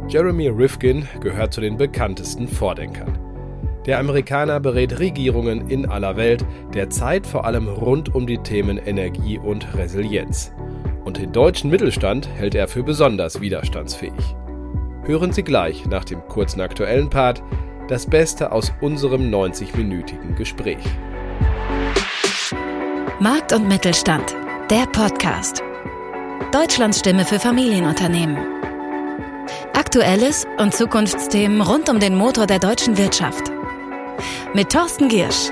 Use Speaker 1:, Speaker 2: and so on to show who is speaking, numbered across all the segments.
Speaker 1: Jeremy Rifkin gehört zu den bekanntesten Vordenkern. Der Amerikaner berät Regierungen in aller Welt, derzeit vor allem rund um die Themen Energie und Resilienz. Und den deutschen Mittelstand hält er für besonders widerstandsfähig. Hören Sie gleich nach dem kurzen aktuellen Part das Beste aus unserem 90-minütigen Gespräch.
Speaker 2: Markt und Mittelstand, der Podcast. Deutschlands Stimme für Familienunternehmen. Aktuelles und Zukunftsthemen rund um den Motor der deutschen Wirtschaft. Mit Thorsten Giersch.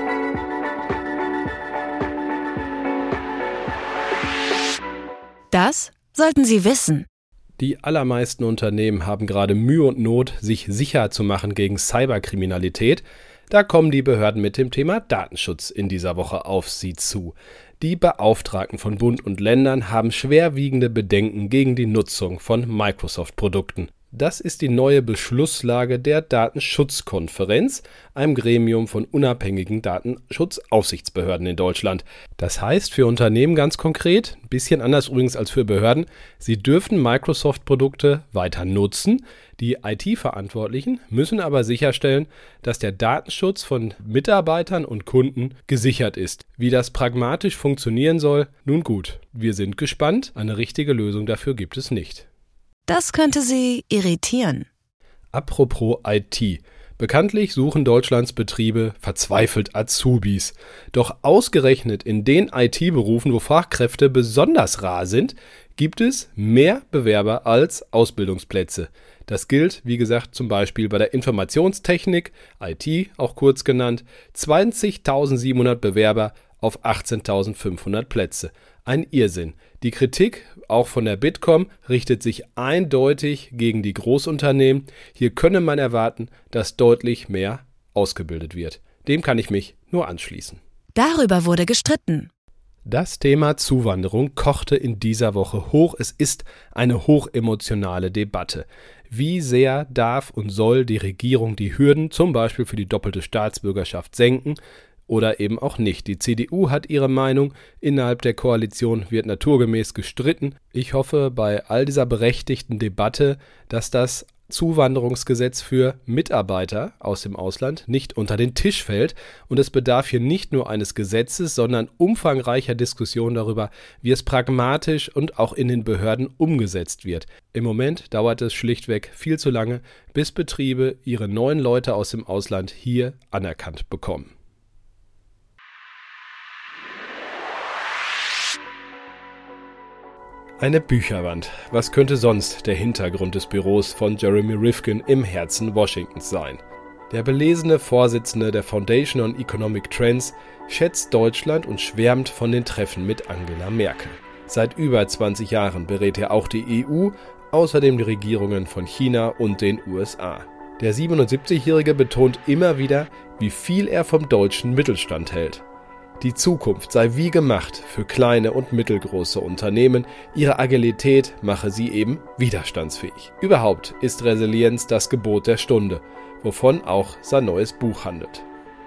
Speaker 2: Das sollten Sie wissen.
Speaker 1: Die allermeisten Unternehmen haben gerade Mühe und Not, sich sicher zu machen gegen Cyberkriminalität. Da kommen die Behörden mit dem Thema Datenschutz in dieser Woche auf sie zu. Die Beauftragten von Bund und Ländern haben schwerwiegende Bedenken gegen die Nutzung von Microsoft-Produkten. Das ist die neue Beschlusslage der Datenschutzkonferenz, einem Gremium von unabhängigen Datenschutzaufsichtsbehörden in Deutschland. Das heißt für Unternehmen ganz konkret, ein bisschen anders übrigens als für Behörden, sie dürfen Microsoft-Produkte weiter nutzen. Die IT-Verantwortlichen müssen aber sicherstellen, dass der Datenschutz von Mitarbeitern und Kunden gesichert ist. Wie das pragmatisch funktionieren soll, nun gut, wir sind gespannt. Eine richtige Lösung dafür gibt es nicht.
Speaker 2: Das könnte Sie irritieren.
Speaker 1: Apropos IT. Bekanntlich suchen Deutschlands Betriebe verzweifelt Azubis. Doch ausgerechnet in den IT-Berufen, wo Fachkräfte besonders rar sind, gibt es mehr Bewerber als Ausbildungsplätze. Das gilt, wie gesagt, zum Beispiel bei der Informationstechnik, IT auch kurz genannt, 20.700 Bewerber auf 18.500 Plätze. Ein Irrsinn. Die Kritik, auch von der Bitkom, richtet sich eindeutig gegen die Großunternehmen. Hier könne man erwarten, dass deutlich mehr ausgebildet wird. Dem kann ich mich nur anschließen.
Speaker 2: Darüber wurde gestritten.
Speaker 1: Das Thema Zuwanderung kochte in dieser Woche hoch. Es ist eine hochemotionale Debatte. Wie sehr darf und soll die Regierung die Hürden, zum Beispiel für die doppelte Staatsbürgerschaft, senken? Oder eben auch nicht. Die CDU hat ihre Meinung, innerhalb der Koalition wird naturgemäß gestritten. Ich hoffe bei all dieser berechtigten Debatte, dass das Zuwanderungsgesetz für Mitarbeiter aus dem Ausland nicht unter den Tisch fällt. Und es bedarf hier nicht nur eines Gesetzes, sondern umfangreicher Diskussion darüber, wie es pragmatisch und auch in den Behörden umgesetzt wird. Im Moment dauert es schlichtweg viel zu lange, bis Betriebe ihre neuen Leute aus dem Ausland hier anerkannt bekommen. Eine Bücherwand. Was könnte sonst der Hintergrund des Büros von Jeremy Rifkin im Herzen Washingtons sein? Der belesene Vorsitzende der Foundation on Economic Trends schätzt Deutschland und schwärmt von den Treffen mit Angela Merkel. Seit über 20 Jahren berät er auch die EU, außerdem die Regierungen von China und den USA. Der 77-Jährige betont immer wieder, wie viel er vom deutschen Mittelstand hält. Die Zukunft sei wie gemacht für kleine und mittelgroße Unternehmen. Ihre Agilität mache sie eben widerstandsfähig. Überhaupt ist Resilienz das Gebot der Stunde, wovon auch sein neues Buch handelt.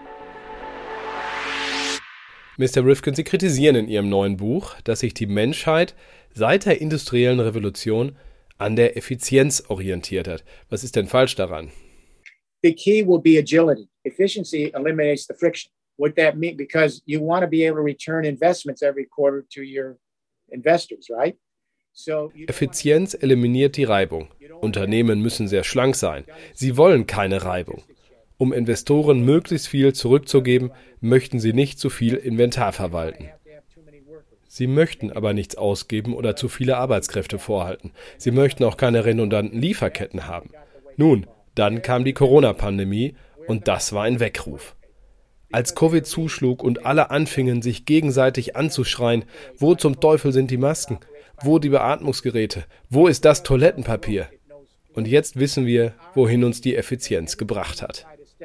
Speaker 1: Mr. Rifkin, Sie kritisieren in Ihrem neuen Buch, dass sich die Menschheit seit der industriellen Revolution an der Effizienz orientiert hat. Was ist denn falsch daran?
Speaker 3: The key will be agility. Efficiency eliminates the friction. What that means, because you want to be able to return investments every quarter to your investors, right?
Speaker 1: Effizienz eliminiert die Reibung. Unternehmen müssen sehr schlank sein. Sie wollen keine Reibung. Um Investoren möglichst viel zurückzugeben, möchten sie nicht zu viel Inventar verwalten. Sie möchten aber nichts ausgeben oder zu viele Arbeitskräfte vorhalten. Sie möchten auch keine redundanten Lieferketten haben. Nun, dann kam die Corona-Pandemie und das war ein Weckruf. Als Covid zuschlug und alle anfingen, sich gegenseitig anzuschreien, wo zum Teufel sind die Masken? Wo die Beatmungsgeräte? Wo ist das Toilettenpapier? Und jetzt wissen wir, wohin uns die Effizienz gebracht hat.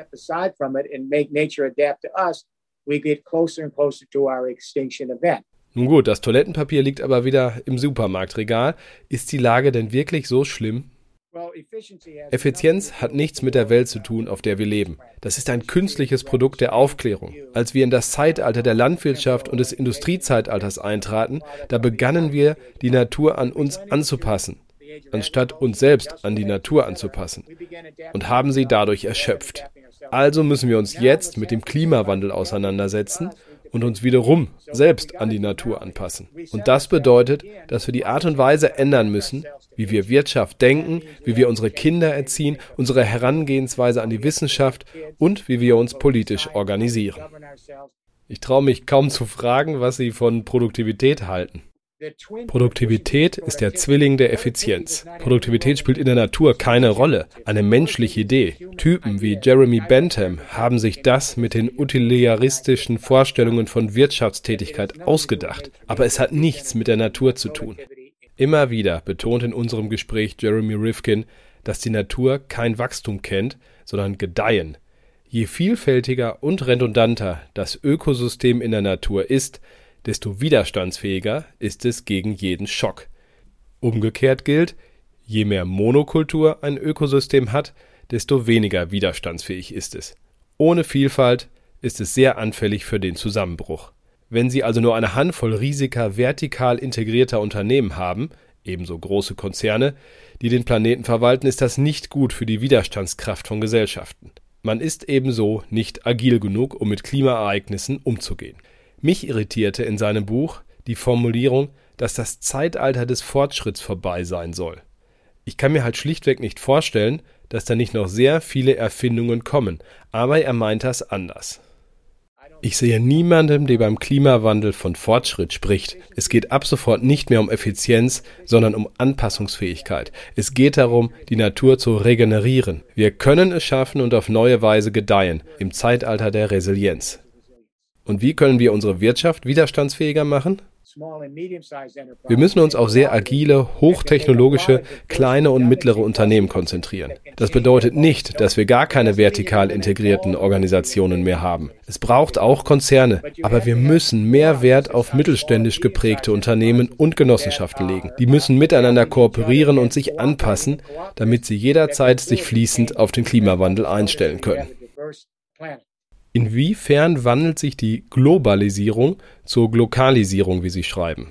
Speaker 1: Nun gut, das Toilettenpapier liegt aber wieder im Supermarktregal. Ist die Lage denn wirklich so schlimm? Effizienz hat nichts mit der Welt zu tun, auf der wir leben. Das ist ein künstliches Produkt der Aufklärung. Als wir in das Zeitalter der Landwirtschaft und des Industriezeitalters eintraten, da begannen wir, die Natur an uns anzupassen. anstatt uns selbst an die Natur anzupassen und haben sie dadurch erschöpft. Also müssen wir uns jetzt mit dem Klimawandel auseinandersetzen und uns wiederum selbst an die Natur anpassen. Und das bedeutet, dass wir die Art und Weise ändern müssen, wie wir Wirtschaft denken, wie wir unsere Kinder erziehen, unsere Herangehensweise an die Wissenschaft und wie wir uns politisch organisieren. Ich traue mich kaum zu fragen, was Sie von Produktivität halten. Produktivität ist der Zwilling der Effizienz. Produktivität spielt in der Natur keine Rolle. Eine menschliche Idee. Typen wie Jeremy Bentham haben sich das mit den utilitaristischen Vorstellungen von Wirtschaftstätigkeit ausgedacht. Aber es hat nichts mit der Natur zu tun. Immer wieder betont in unserem Gespräch Jeremy Rifkin, dass die Natur kein Wachstum kennt, sondern Gedeihen. Je vielfältiger und redundanter das Ökosystem in der Natur ist, desto widerstandsfähiger ist es gegen jeden Schock. Umgekehrt gilt, je mehr Monokultur ein Ökosystem hat, desto weniger widerstandsfähig ist es. Ohne Vielfalt ist es sehr anfällig für den Zusammenbruch. Wenn Sie also nur eine Handvoll riesiger, vertikal integrierter Unternehmen haben, ebenso große Konzerne, die den Planeten verwalten, ist das nicht gut für die Widerstandskraft von Gesellschaften. Man ist ebenso nicht agil genug, um mit Klimaereignissen umzugehen. Mich irritierte in seinem Buch die Formulierung, dass das Zeitalter des Fortschritts vorbei sein soll. Ich kann mir halt schlichtweg nicht vorstellen, dass da nicht noch sehr viele Erfindungen kommen, aber er meint das anders. Ich sehe niemanden, der beim Klimawandel von Fortschritt spricht. Es geht ab sofort nicht mehr um Effizienz, sondern um Anpassungsfähigkeit. Es geht darum, die Natur zu regenerieren. Wir können es schaffen und auf neue Weise gedeihen, im Zeitalter der Resilienz. Und wie können wir unsere Wirtschaft widerstandsfähiger machen? Wir müssen uns auf sehr agile, hochtechnologische, kleine und mittlere Unternehmen konzentrieren. Das bedeutet nicht, dass wir gar keine vertikal integrierten Organisationen mehr haben. Es braucht auch Konzerne, aber wir müssen mehr Wert auf mittelständisch geprägte Unternehmen und Genossenschaften legen. Die müssen miteinander kooperieren und sich anpassen, damit sie jederzeit sich fließend auf den Klimawandel einstellen können. Inwiefern wandelt sich die Globalisierung zur Glokalisierung, wie Sie schreiben?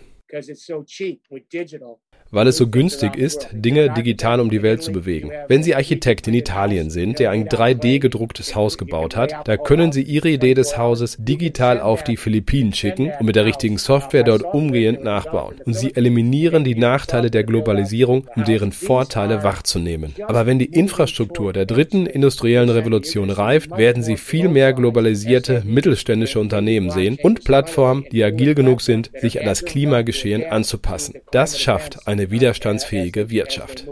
Speaker 1: Weil es so günstig ist, Dinge digital um die Welt zu bewegen. Wenn Sie Architekt in Italien sind, der ein 3D-gedrucktes Haus gebaut hat, da können Sie Ihre Idee des Hauses digital auf die Philippinen schicken und mit der richtigen Software dort umgehend nachbauen. Und Sie eliminieren die Nachteile der Globalisierung, um deren Vorteile wahrzunehmen. Aber wenn die Infrastruktur der dritten industriellen Revolution reift, werden Sie viel mehr globalisierte mittelständische Unternehmen sehen und Plattformen, die agil genug sind, sich an das Klimageschehen anzupassen. Das schafft eine widerstandsfähige Wirtschaft.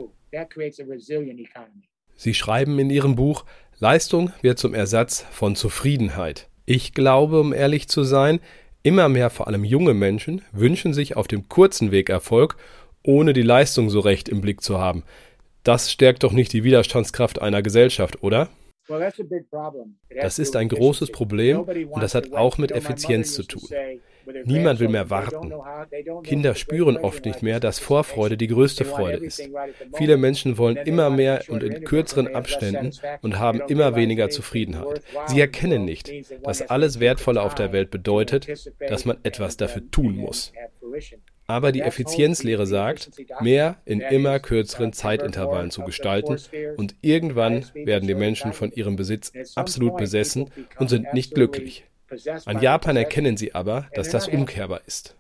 Speaker 1: Sie schreiben in Ihrem Buch, Leistung wird zum Ersatz von Zufriedenheit. Ich glaube, um ehrlich zu sein, immer mehr, vor allem junge Menschen, wünschen sich auf dem kurzen Weg Erfolg, ohne die Leistung so recht im Blick zu haben. Das stärkt doch nicht die Widerstandskraft einer Gesellschaft, oder? Das ist ein großes Problem und das hat auch mit Effizienz zu tun. Niemand will mehr warten. Kinder spüren oft nicht mehr, dass Vorfreude die größte Freude ist. Viele Menschen wollen immer mehr und in kürzeren Abständen und haben immer weniger Zufriedenheit. Sie erkennen nicht, dass alles Wertvolle auf der Welt bedeutet, dass man etwas dafür tun muss. Aber die Effizienzlehre sagt, mehr in immer kürzeren Zeitintervallen zu gestalten und irgendwann werden die Menschen von ihrem Besitz absolut besessen und sind nicht glücklich. An Japan erkennen sie aber, dass das umkehrbar ist.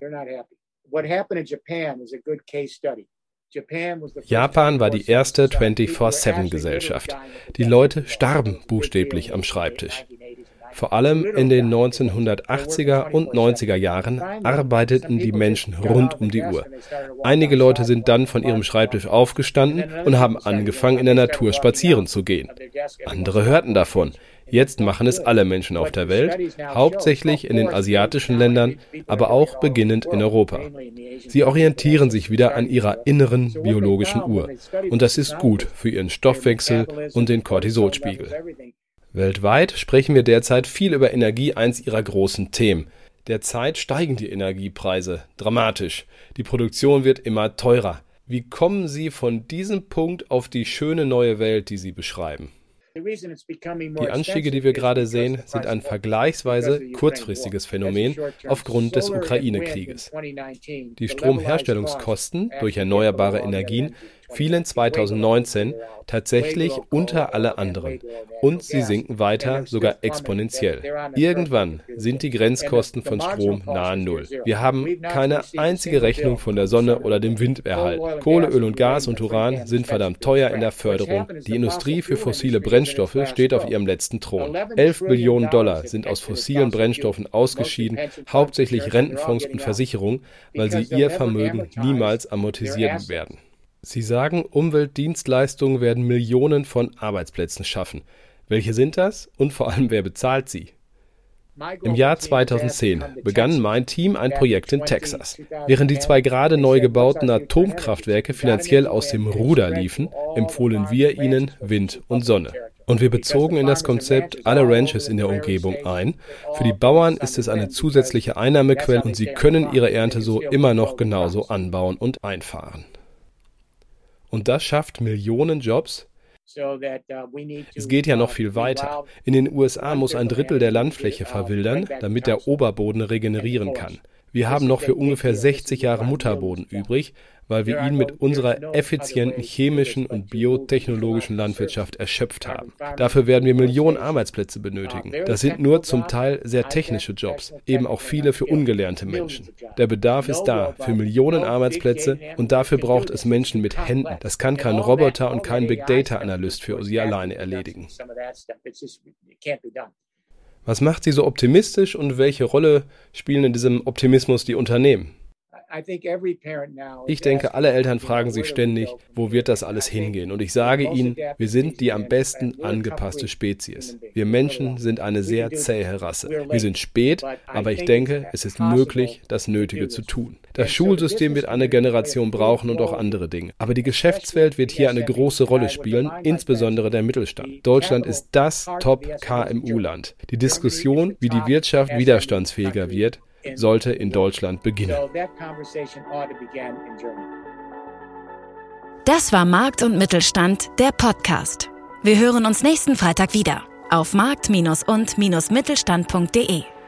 Speaker 1: Japan war die erste 24/7-Gesellschaft. Die Leute starben buchstäblich am Schreibtisch. Vor allem in den 1980er und 90er Jahren arbeiteten die Menschen rund um die Uhr. Einige Leute sind dann von ihrem Schreibtisch aufgestanden und haben angefangen, in der Natur spazieren zu gehen. Andere hörten davon. Jetzt machen es alle Menschen auf der Welt, hauptsächlich in den asiatischen Ländern, aber auch beginnend in Europa. Sie orientieren sich wieder an ihrer inneren biologischen Uhr. Und das ist gut für ihren Stoffwechsel und den Cortisolspiegel. Weltweit sprechen wir derzeit viel über Energie, eins ihrer großen Themen. Derzeit steigen die Energiepreise dramatisch. Die Produktion wird immer teurer. Wie kommen Sie von diesem Punkt auf die schöne neue Welt, die Sie beschreiben? Die Anstiege, die wir gerade sehen, sind ein vergleichsweise kurzfristiges Phänomen aufgrund des Ukraine-Krieges. Die Stromherstellungskosten durch erneuerbare Energien fielen 2019 tatsächlich unter alle anderen. Und sie sinken weiter, sogar exponentiell. Irgendwann sind die Grenzkosten von Strom nahe Null. Wir haben keine einzige Rechnung von der Sonne oder dem Wind erhalten. Kohle, Öl und Gas und Uran sind verdammt teuer in der Förderung. Die Industrie für fossile Brennstoffe steht auf ihrem letzten Thron. 11 Billionen Dollar sind aus fossilen Brennstoffen ausgeschieden, hauptsächlich Rentenfonds und Versicherungen, weil sie ihr Vermögen niemals amortisieren werden. Sie sagen, Umweltdienstleistungen werden Millionen von Arbeitsplätzen schaffen. Welche sind das und vor allem wer bezahlt sie? Im Jahr 2010 begann mein Team ein Projekt in Texas. Während die 2 gerade neu gebauten Atomkraftwerke finanziell aus dem Ruder liefen, empfohlen wir ihnen Wind und Sonne. Und wir bezogen in das Konzept alle Ranches in der Umgebung ein. Für die Bauern ist es eine zusätzliche Einnahmequelle und sie können ihre Ernte so immer noch genauso anbauen und einfahren. Und das schafft Millionen Jobs. Es geht ja noch viel weiter. In den USA muss 1/3 der Landfläche verwildern, damit der Oberboden regenerieren kann. Wir haben noch für ungefähr 60 Jahre Mutterboden übrig, weil wir ihn mit unserer effizienten chemischen und biotechnologischen Landwirtschaft erschöpft haben. Dafür werden wir Millionen Arbeitsplätze benötigen. Das sind nur zum Teil sehr technische Jobs, eben auch viele für ungelernte Menschen. Der Bedarf ist da für Millionen Arbeitsplätze und dafür braucht es Menschen mit Händen. Das kann kein Roboter und kein Big Data Analyst für sie alleine erledigen. Was macht Sie so optimistisch und welche Rolle spielen in diesem Optimismus die Unternehmen? Ich denke, alle Eltern fragen sich ständig, wo wird das alles hingehen? Und ich sage ihnen, wir sind die am besten angepasste Spezies. Wir Menschen sind eine sehr zähe Rasse. Wir sind spät, aber ich denke, es ist möglich, das Nötige zu tun. Das Schulsystem wird eine Generation brauchen und auch andere Dinge. Aber die Geschäftswelt wird hier eine große Rolle spielen, insbesondere der Mittelstand. Deutschland ist das Top-KMU-Land. Die Diskussion, wie die Wirtschaft widerstandsfähiger wird, sollte in Deutschland beginnen.
Speaker 2: Das war Markt und Mittelstand, der Podcast. Wir hören uns nächsten Freitag wieder auf markt- und-mittelstand.de.